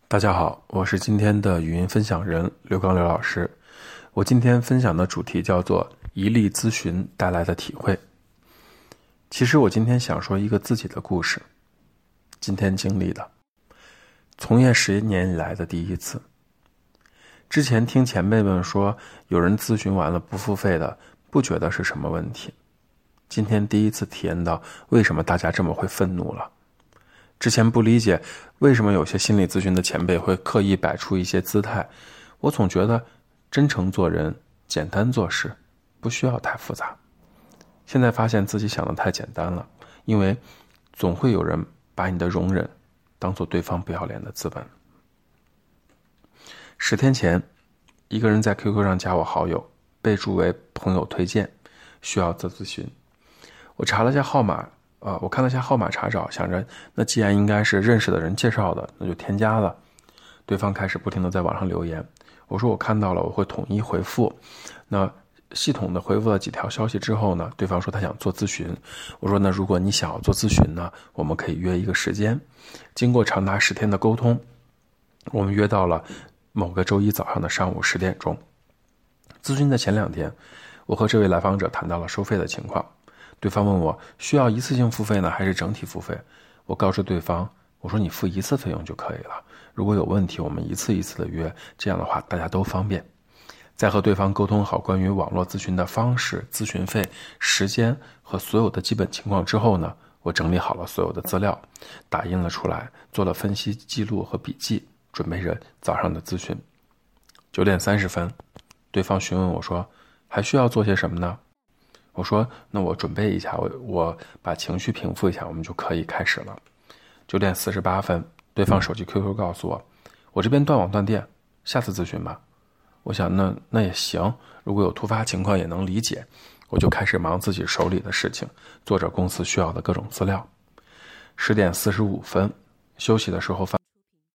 大家好，我是今天的语音分享人刘刚刘老师。我今天分享的主题叫做一例咨询带来的体会。其实我今天想说一个自己的故事，今天经历的，从业10年以来的第一次。之前听前辈们说有人咨询完了不付费的，不觉得是什么问题。今天第一次体验到为什么大家这么会愤怒了。之前不理解为什么有些心理咨询的前辈会刻意摆出一些姿态，我总觉得真诚做人，简单做事，不需要太复杂。现在发现自己想的太简单了，因为总会有人把你的容忍当作对方不要脸的资本。10天前，一个人在 QQ 上加我好友，备注为朋友推荐，需要做咨询。我查了下号码，我看了下号码查找，想着那既然应该是认识的人介绍的，那就添加了。对方开始不停地在网上留言，我说我看到了，我会统一回复。那系统的回复了几条消息之后呢，对方说他想做咨询。我说那如果你想要做咨询呢，我们可以约一个时间。经过长达10天的沟通，我们约到了某个周一早上的上午10点钟。咨询的前2天，我和这位来访者谈到了收费的情况。对方问我需要一次性付费呢，还是整体付费？我告诉对方，我说你付一次费用就可以了，如果有问题我们一次一次的约，这样的话大家都方便。在和对方沟通好关于网络咨询的方式、咨询费、时间和所有的基本情况之后呢，我整理好了所有的资料，打印了出来，做了分析记录和笔记，准备着早上的咨询。9点30分，对方询问我说还需要做些什么呢？我说那我准备一下，我把情绪平复一下，我们就可以开始了。9点48分，对方手机 QQ 告诉我，我这边断网断电，下次咨询吧。我想那也行，如果有突发情况也能理解。我就开始忙自己手里的事情，做着公司需要的各种资料。10点45分，休息的时候